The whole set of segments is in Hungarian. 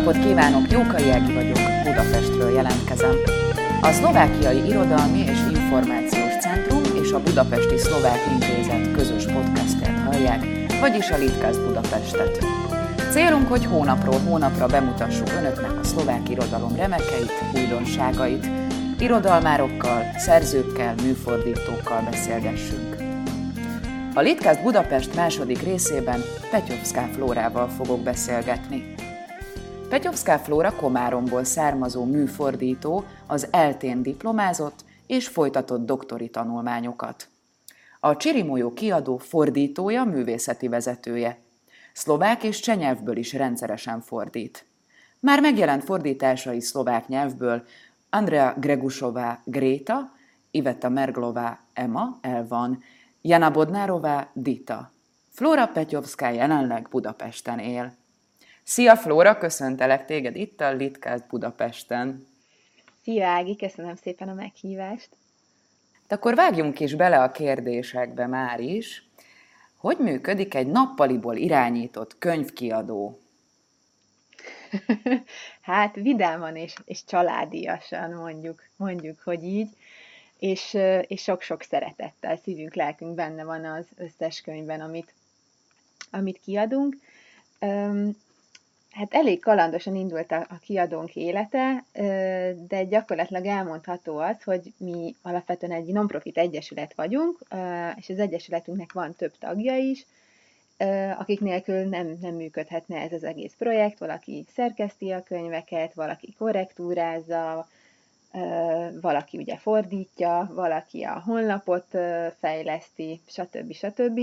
napot kívánok, Jókai Ági vagyok, Budapestről jelentkezem. A Szlovákiai Irodalmi és Információs Centrum és a Budapesti Szlovák Intézet közös podcastját hallják, vagyis a Litcast Budapestet. Célunk, hogy hónapról hónapra bemutassuk önöknek a szlovák irodalom remekeit, újdonságait, irodalmárokkal, szerzőkkel, műfordítókkal beszélgessünk. A Litcast Budapest második részében Petyovská Flórával fogok beszélgetni. Petyovská Flóra Komáromból származó műfordító, az ELTÉn diplomázott és folytatott doktori tanulmányokat. A Csirimolyó kiadó fordítója, művészeti vezetője. Szlovák és cseh nyelvből is rendszeresen fordít. Már megjelent fordításai szlovák nyelvből Andrea Gregusová Gréta, Iveta Merglová Emma, Elvan, Jana Bodnárová Dita. Flóra Petyovská jelenleg Budapesten él. Szia Flóra, köszöntelek téged itt a Litcast Budapesten. Szia Ági, köszönöm szépen a meghívást. De akkor vágjunk is bele a kérdésekbe már is. Hogy működik egy nappaliból irányított könyvkiadó? Hát vidáman és családiasan mondjuk, hogy így, és sok-sok szeretettel, szívünk, lelkünk benne van az összes könyvben, amit kiadunk. Hát elég kalandosan indult a kiadónk élete, de gyakorlatilag elmondható az, hogy mi alapvetően egy non-profit egyesület vagyunk, és az egyesületünknek van több tagja is, akik nélkül nem működhetne ez az egész projekt. Valaki szerkeszti a könyveket, valaki korrektúrázza, valaki ugye fordítja, valaki a honlapot fejleszti, stb.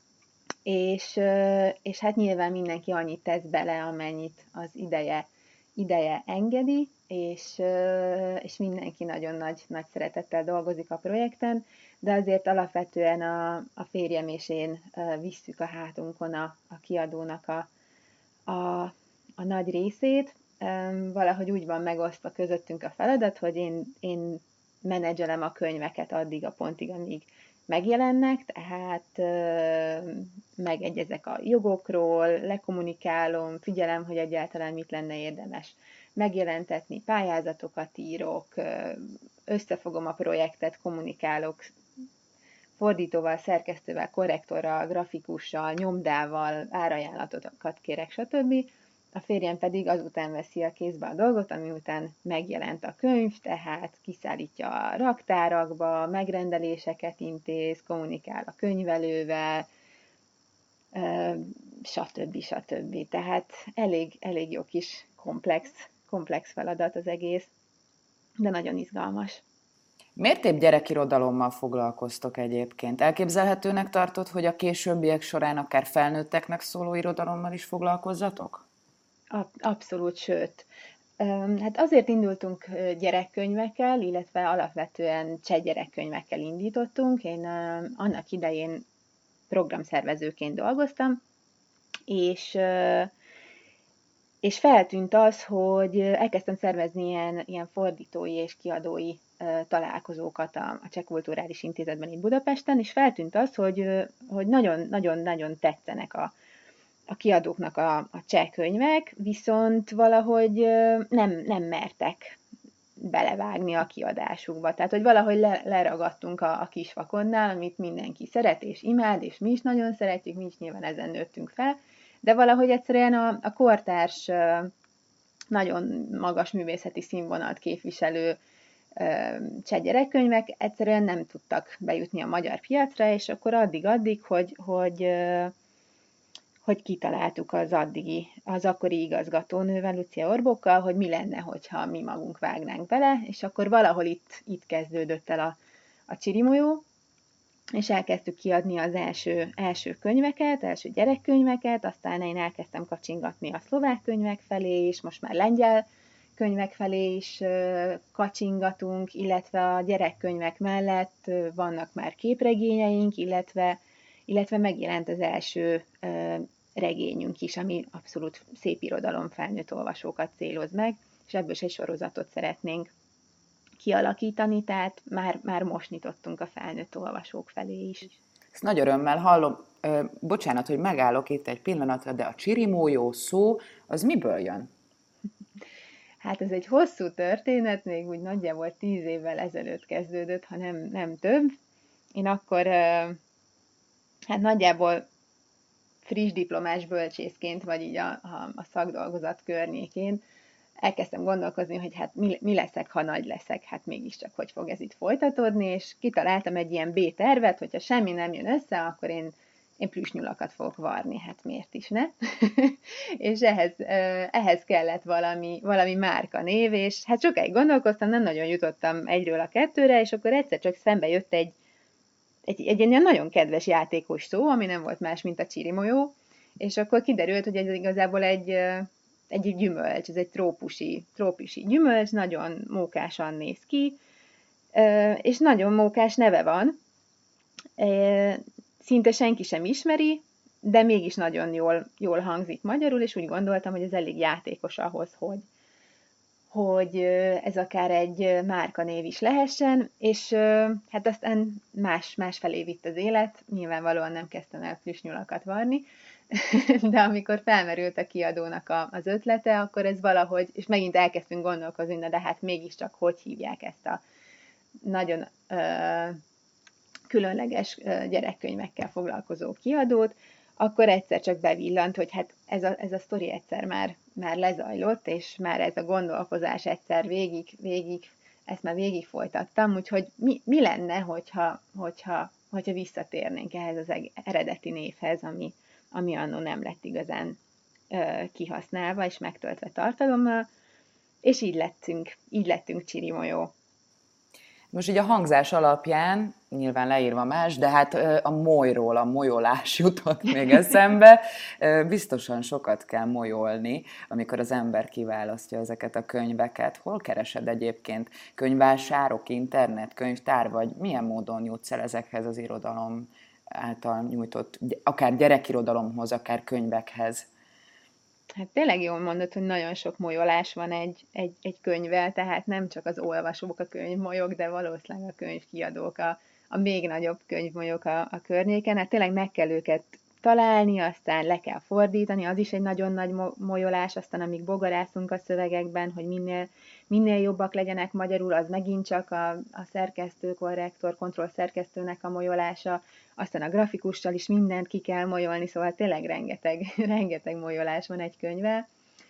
És hát nyilván mindenki annyit tesz bele, amennyit az ideje engedi, és mindenki nagyon nagy szeretettel dolgozik a projekten, de azért alapvetően a férjem és én visszük a hátunkon a kiadónak a nagy részét. Valahogy úgy van megosztva közöttünk a feladat, hogy én menedzselem a könyveket addig a pontig, amíg megjelennek, tehát megegyezek a jogokról, lekommunikálom, figyelem, hogy egyáltalán mit lenne érdemes megjelentetni, pályázatokat írok, összefogom a projektet, kommunikálok fordítóval, szerkesztővel, korrektorral, grafikussal, nyomdával, árajánlatokat kérek, stb. A férjem pedig azután veszi a kézbe a dolgot, ami után megjelent a könyv, tehát kiszállítja a raktárakba, megrendeléseket intéz, kommunikál a könyvelővel, stb. Tehát elég jó kis komplex feladat az egész, de nagyon izgalmas. Miért épp gyerekirodalommal foglalkoztok egyébként? Elképzelhetőnek tartod, hogy a későbbiek során akár felnőtteknek szóló irodalommal is foglalkozzatok? Abszolút, sőt. Hát azért indultunk gyerekkönyvekkel, illetve alapvetően cseh gyerekkönyvekkel indítottunk. Én annak idején programszervezőként dolgoztam, és feltűnt az, hogy elkezdtem szervezni ilyen fordítói és kiadói találkozókat a Cseh Kulturális Intézetben itt Budapesten, és feltűnt az, hogy nagyon tetszenek a kiadóknak a cseh könyvek, viszont valahogy nem mertek belevágni a kiadásukba. Tehát, hogy valahogy leragadtunk a kisvakonnál, amit mindenki szeret és imád, és mi is nagyon szeretjük, mi is nyilván ezen nőttünk fel, de valahogy egyszerűen a kortárs, nagyon magas művészeti színvonalat képviselő cseh gyerekkönyvek egyszerűen nem tudtak bejutni a magyar piacra, és akkor addig, hogy kitaláltuk az akkori igazgatónővel, Lucia Orbokkal, hogy mi lenne, hogyha mi magunk vágnánk bele, és akkor valahol itt kezdődött el a Csirimolyó, és elkezdtük kiadni az első könyveket, első gyerekkönyveket, aztán én elkezdtem kacsingatni a szlovák könyvek felé, és most már lengyel könyvek felé is kacsingatunk, illetve a gyerekkönyvek mellett vannak már képregényeink, illetve megjelent az első regényünk is, ami abszolút szép irodalom felnőtt olvasókat céloz meg, és ebből is egy sorozatot szeretnénk kialakítani, tehát már most nyitottunk a felnőtt olvasók felé is. Ezt nagy örömmel hallom. Bocsánat, hogy megállok itt egy pillanatra, de a Csirimolyó szó, az miből jön? Hát ez egy hosszú történet, még úgy nagyjából 10 évvel ezelőtt kezdődött, ha nem több. Én akkor hát nagyjából friss diplomás bölcsészként, vagy így a szakdolgozat környékén elkezdtem gondolkozni, hogy hát mi leszek, ha nagy leszek, hát mégiscsak hogy fog ez itt folytatódni, és kitaláltam egy ilyen B-tervet, hogyha semmi nem jön össze, akkor én plüsnyulakat fogok varni, hát miért is ne? És ehhez kellett valami márka név, és hát sokáig gondolkoztam, nem nagyon jutottam egyről a kettőre, és akkor egyszer csak szembe jött egy ilyen nagyon kedves játékos szó, ami nem volt más, mint a csirimolyó, és akkor kiderült, hogy ez igazából egy gyümölcs, ez egy trópusi gyümölcs, nagyon mókásan néz ki, és nagyon mókás neve van. Szinte senki sem ismeri, de mégis nagyon jól hangzik magyarul, és úgy gondoltam, hogy ez elég játékos ahhoz, hogy ez akár egy márkanév is lehessen, és hát aztán másfelé vitt az élet, nyilvánvalóan nem kezdtem el plüsnyulakat varni, de amikor felmerült a kiadónak az ötlete, akkor ez valahogy, és megint elkezdtünk gondolkozni, de hát mégiscsak hogy hívják ezt a nagyon különleges gyerekkönyvekkel foglalkozó kiadót, akkor egyszer csak bevillant, hogy hát ez a sztori egyszer már lezajlott, és már ez a gondolkozás egyszer ezt már végig folytattam, úgyhogy mi lenne, hogyha visszatérnénk ehhez az eredeti névhez, ami annó nem lett igazán kihasználva és megtöltve tartalommal, és így lettünk Csirimolyó. Most így a hangzás alapján, nyilván leírva más, de hát a molyról, a molyolás jutott még eszembe. Biztosan sokat kell molyolni, amikor az ember kiválasztja ezeket a könyveket. Hol keresed egyébként? Könyvvásárok, internet, könyvtár, vagy milyen módon jutsz el ezekhez az irodalom által nyújtott, akár gyerekirodalomhoz, akár könyvekhez? Hát tényleg jól mondod, hogy nagyon sok molyolás van egy könyvvel, tehát nem csak az olvasók a könyvmolyok, de valószínűleg a könyvkiadók a még nagyobb könyvmolyok a környéken. Hát tényleg meg kell őket találni, aztán le kell fordítani, az is egy nagyon nagy molyolás, aztán amíg bogarászunk a szövegekben, hogy minél jobbak legyenek magyarul, az megint csak a szerkesztő, korrektor, kontroll szerkesztőnek a molyolása, aztán a grafikussal is mindent ki kell molyolni, szóval tényleg rengeteg molyolás van egy könyvvel.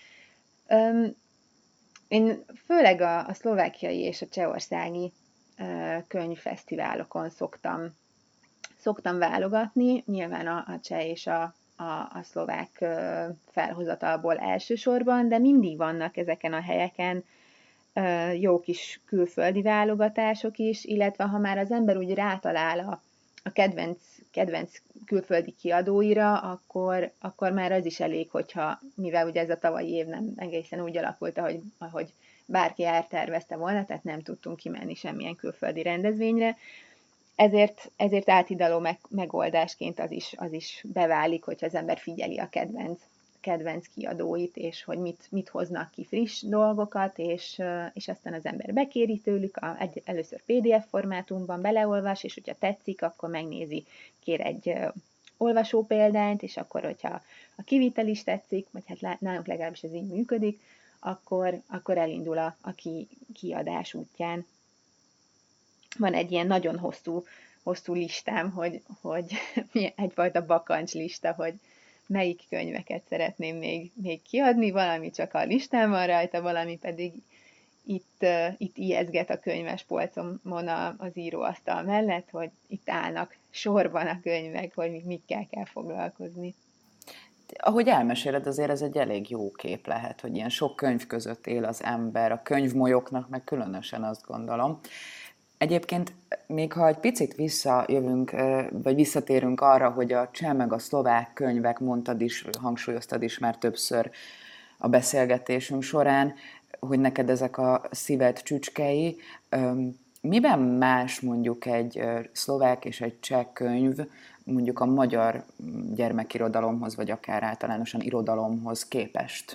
Én főleg a szlovákiai és a csehországi könyvfesztiválokon szoktam válogatni, nyilván a cseh és a szlovák felhozatalból elsősorban, de mindig vannak ezeken a helyeken jó kis külföldi válogatások is, illetve ha már az ember úgy rátalál a kedvenc külföldi kiadóira, akkor már az is elég, hogyha, mivel ugye ez a tavalyi év nem egészen úgy alakult, ahogy bárki eltervezte volna, tehát nem tudtunk kimenni semmilyen külföldi rendezvényre, ezért áthidaló megoldásként az is beválik, hogyha az ember figyeli a kedvenc kiadóit, és hogy mit hoznak ki friss dolgokat, és aztán az ember bekéri tőlük, először PDF formátumban beleolvas, és hogyha tetszik, akkor megnézi, kér egy olvasó példányt, és akkor, hogyha a kivitel is tetszik, vagy hát nálunk legalábbis ez így működik, akkor elindul a kiadás útján. Van egy ilyen nagyon hosszú listám, hogy egyfajta bakancslista, hogy melyik könyveket szeretném még kiadni, valami csak a listán van rajta, valami pedig itt ijeszget a könyves polcomon az íróasztal mellett, hogy itt állnak sorban a könyvek, hogy mikkel kell foglalkozni. Ahogy elmeséled, azért ez egy elég jó kép lehet, hogy ilyen sok könyv között él az ember, a könyvmolyoknak meg különösen azt gondolom. Egyébként, még ha egy picit visszajövünk, vagy visszatérünk arra, hogy a cseh meg a szlovák könyvek, mondtad is, hangsúlyoztad is már többször a beszélgetésünk során, hogy neked ezek a szíved csücskei. Miben más mondjuk egy szlovák és egy cseh könyv mondjuk a magyar gyermekirodalomhoz, vagy akár általánosan irodalomhoz képest?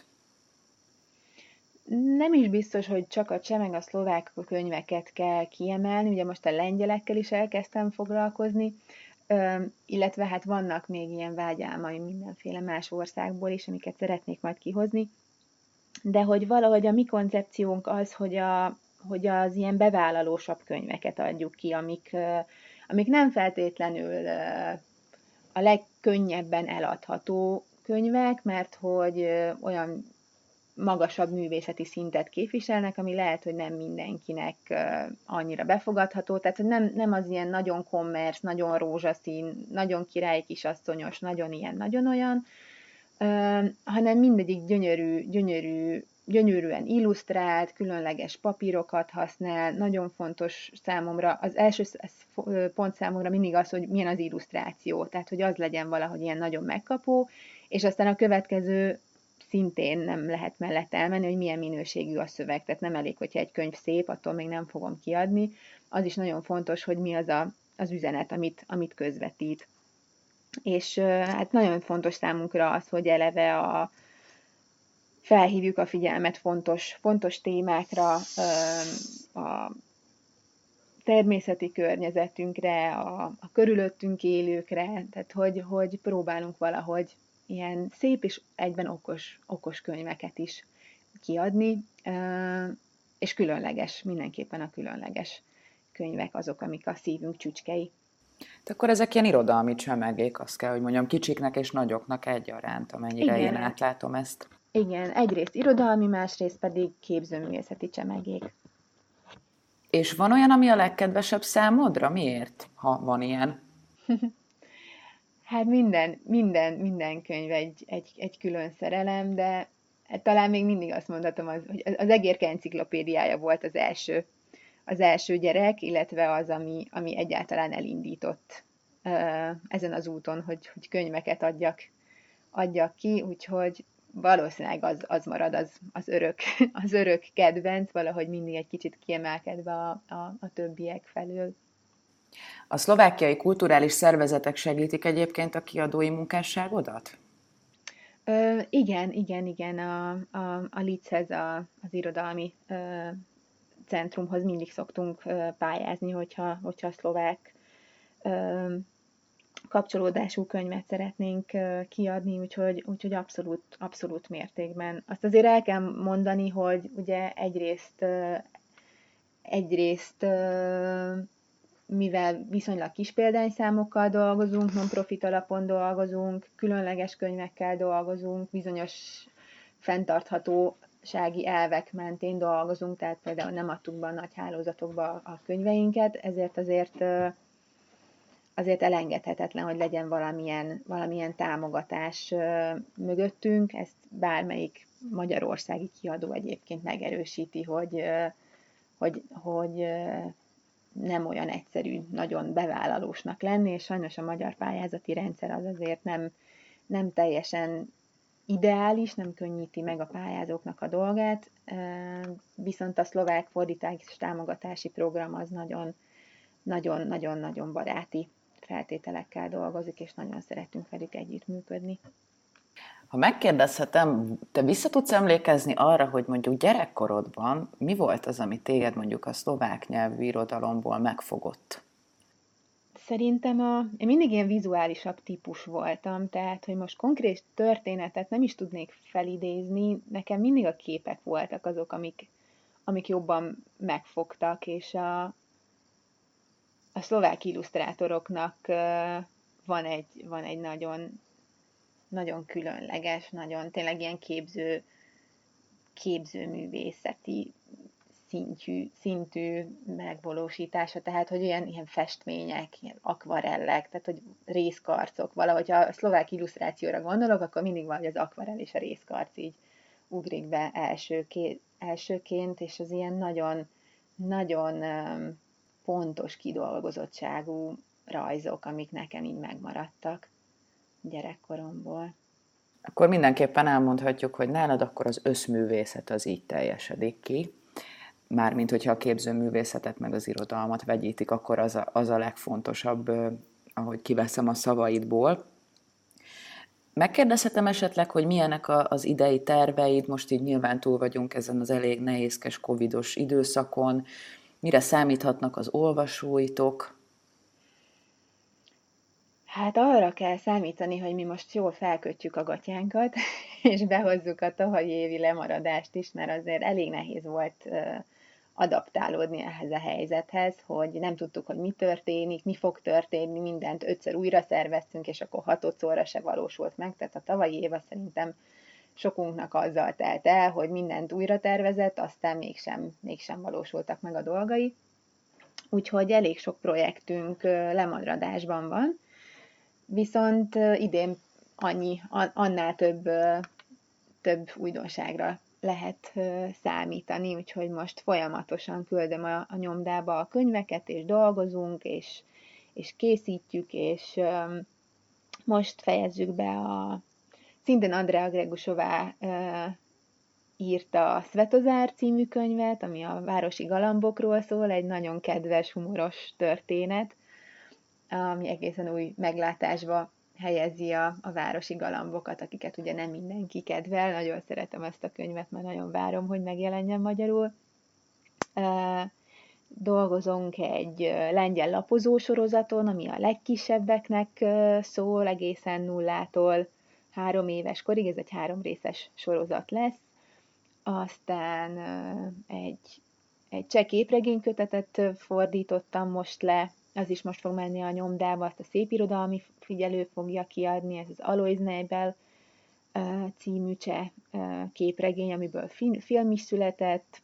Nem is biztos, hogy csak a cseh meg a szlovák könyveket kell kiemelni, ugye most a lengyelekkel is elkezdtem foglalkozni, illetve hát vannak még ilyen vágyálmaim mindenféle más országból is, amiket szeretnék majd kihozni. de hogy valahogy a mi koncepciónk az, hogy az ilyen bevállalósabb könyveket adjuk ki, amik nem feltétlenül a legkönnyebben eladható könyvek, mert hogy olyan magasabb művészeti szintet képviselnek, ami lehet, hogy nem mindenkinek annyira befogadható, tehát hogy nem az ilyen nagyon kommersz, nagyon rózsaszín, nagyon királyi kisasszonyos, nagyon ilyen, nagyon olyan, hanem mindegyik gyönyörűen illusztrált, különleges papírokat használ, nagyon fontos számomra, az első pont számomra mindig az, hogy milyen az illusztráció, tehát hogy az legyen valahogy ilyen nagyon megkapó, és aztán a következő szintén nem lehet mellett elmenni, hogy milyen minőségű a szöveg, tehát nem elég, hogyha egy könyv szép, attól még nem fogom kiadni, az is nagyon fontos, hogy mi az üzenet, amit közvetít. És hát nagyon fontos számunkra az, hogy eleve felhívjuk a figyelmet fontos témákra, a természeti környezetünkre, a körülöttünk élőkre, tehát hogy próbálunk valahogy ilyen szép és egyben okos könyveket is kiadni, és különleges, mindenképpen a különleges könyvek azok, amik a szívünk csücskei. De akkor ezek ilyen irodalmi csemegék, azt kell, hogy mondjam, kicsiknek és nagyoknak egyaránt, amennyire én átlátom ezt. Igen, egyrészt irodalmi, másrészt pedig képzőművészeti csemegék. És van olyan, ami a legkedvesebb számodra? Miért, ha van ilyen? Hát minden könyv egy külön szerelem, de talán még mindig azt mondhatom, hogy az Egérke enciklopédiája volt az első gyerek, illetve az, ami egyáltalán elindított ezen az úton, hogy könyveket adjak ki, úgyhogy valószínűleg az marad az örök kedvenc, valahogy mindig egy kicsit kiemelkedve a többiek felől. A szlovákiai kulturális szervezetek segítik egyébként a kiadói munkásságodat? Igen. A LIC-hez, az irodalmi centrumhoz mindig szoktunk pályázni, hogyha szlovák kapcsolódású könyvet szeretnénk kiadni, úgyhogy abszolút mértékben. Azt azért el kell mondani, hogy ugye egyrészt mivel viszonylag kis példányszámokkal dolgozunk, non-profit alapon dolgozunk, különleges könyvekkel dolgozunk, bizonyos fenntarthatósági elvek mentén dolgozunk, tehát például nem adtuk be a nagy hálózatokba a könyveinket, ezért azért elengedhetetlen, hogy legyen valamilyen támogatás mögöttünk. Ezt bármelyik magyarországi kiadó egyébként megerősíti, hogy nem olyan egyszerű nagyon bevállalósnak lenni, és sajnos a magyar pályázati rendszer az azért nem teljesen ideális, nem könnyíti meg a pályázóknak a dolgát, viszont a szlovák fordítás támogatási program az nagyon baráti feltételekkel dolgozik, és nagyon szeretünk velük együttműködni. Ha megkérdezhetem, te vissza tudsz emlékezni arra, hogy mondjuk gyerekkorodban mi volt az, ami téged mondjuk a szlovák nyelvű irodalomból megfogott? Szerintem én mindig ilyen vizuálisabb típus voltam, tehát, hogy most konkrét történetet nem is tudnék felidézni, nekem mindig a képek voltak azok, amik jobban megfogtak, és a szlovák illusztrátoroknak van egy nagyon különleges, nagyon tényleg ilyen képzőművészeti szintű megvalósítása, tehát hogy ilyen festmények, ilyen akvarellek, tehát hogy részkarcok, valahogy ha a szlovák illusztrációra gondolok, akkor mindig valahogy az akvarell és a részkarc így ugrik be elsőként, és az ilyen nagyon pontos kidolgozottságú rajzok, amik nekem így megmaradtak gyerekkoromból. Akkor mindenképpen elmondhatjuk, hogy nálad akkor az összművészet az így teljesedik ki. Mármint, hogyha a képzőművészetet meg az irodalmat vegyítik, akkor az a legfontosabb, ahogy kiveszem a szavaidból. Megkérdezhetem esetleg, hogy milyenek az idei terveid, most így nyilván túl vagyunk ezen az elég nehézkes covidos időszakon, mire számíthatnak az olvasóitok? Hát arra kell számítani, hogy mi most jól felkötjük a gatyánkat, és behozzuk a tavalyi évi lemaradást is, mert azért elég nehéz volt adaptálódni ehhez a helyzethez, hogy nem tudtuk, hogy mi történik, mi fog történni, mindent 5-ször újra szerveztünk, és akkor 6-szorra se valósult meg. Tehát a tavalyi év szerintem sokunknak azzal telt el, hogy mindent újra tervezett, aztán mégsem valósultak meg a dolgai. Úgyhogy elég sok projektünk lemaradásban van, viszont idén annál több újdonságra lehet számítani, úgyhogy most folyamatosan küldöm a nyomdába a könyveket, és dolgozunk, és készítjük, és most fejezzük be szintén Andrea Gregusová írta a Svetozár című könyvet, ami a városi galambokról szól, egy nagyon kedves, humoros történet, ami egészen új meglátásba helyezi a városi galambokat, akiket ugye nem mindenki kedvel. Nagyon szeretem ezt a könyvet, mert nagyon várom, hogy megjelenjen magyarul. Dolgozunk egy lengyel lapozó sorozaton, ami a legkisebbeknek szól, egészen 0-tól 3 éves korig, ez egy 3 részes sorozat lesz. Aztán egy cseh képregénykötetet fordítottam most le, az is most fog menni a nyomdába, azt a Szépirodalmi Figyelő fogja kiadni, ez az Alois Neibel című cseh képregény, amiből film is született.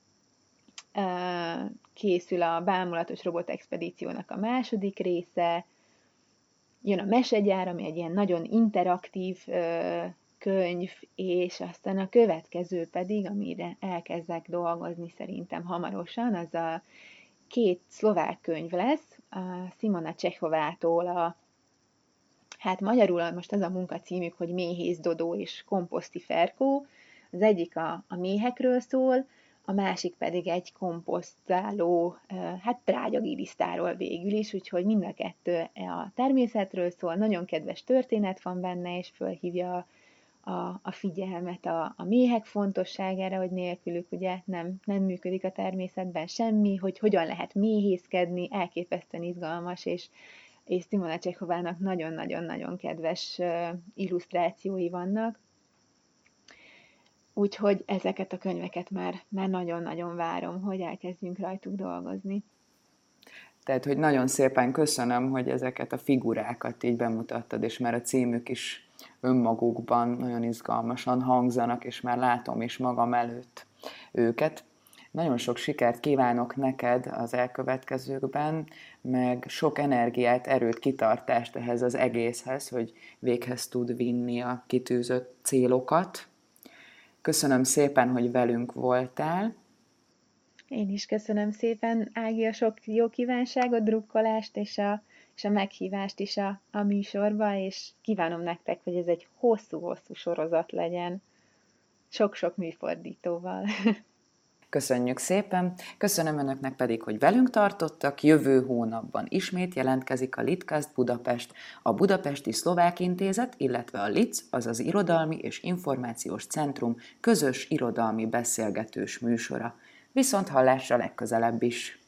Készül a Bámulatos Robotexpedíciónak a 2. része, jön a Mesegyár, ami egy ilyen nagyon interaktív könyv, és aztán a következő pedig, amire elkezdek dolgozni szerintem hamarosan, az a 2 szlovák könyv lesz, a Simona Csechovától hát magyarul most az a munkacímük, hogy Méhész Dodó és Komposzti Ferkó. Az egyik a méhekről szól, a másik pedig egy komposztáló, hát trágyagilisztáról végül is, úgyhogy mind a 2 a természetről szól, nagyon kedves történet van benne, és fölhívja a figyelmet a méhek fontosságára, hogy nélkülük ugye nem működik a természetben semmi, hogy hogyan lehet méhészkedni, elképesztően izgalmas, és Simona Csechovának nagyon-nagyon-nagyon kedves illusztrációi vannak. Úgyhogy ezeket a könyveket már nagyon-nagyon várom, hogy elkezdjünk rajtuk dolgozni. Tehát, hogy nagyon szépen köszönöm, hogy ezeket a figurákat így bemutattad, és már a címük is önmagukban nagyon izgalmasan hangzanak, és már látom is magam előtt őket. Nagyon sok sikert kívánok neked az elkövetkezőkben, meg sok energiát, erőt, kitartást ehhez az egészhez, hogy véghez tud vinni a kitűzött célokat. Köszönöm szépen, hogy velünk voltál. Én is köszönöm szépen, Ági, a sok jó kívánságot, drukkolást és a meghívást is a műsorba, és kívánom nektek, hogy ez egy hosszú-hosszú sorozat legyen, sok-sok műfordítóval. Köszönjük szépen, köszönöm önöknek pedig, hogy velünk tartottak. Jövő hónapban ismét jelentkezik a Litcast Budapest, a Budapesti Szlovák Intézet, illetve a LIC, azaz Irodalmi és Információs Centrum közös irodalmi beszélgetős műsora. Viszont hallásra legközelebb is!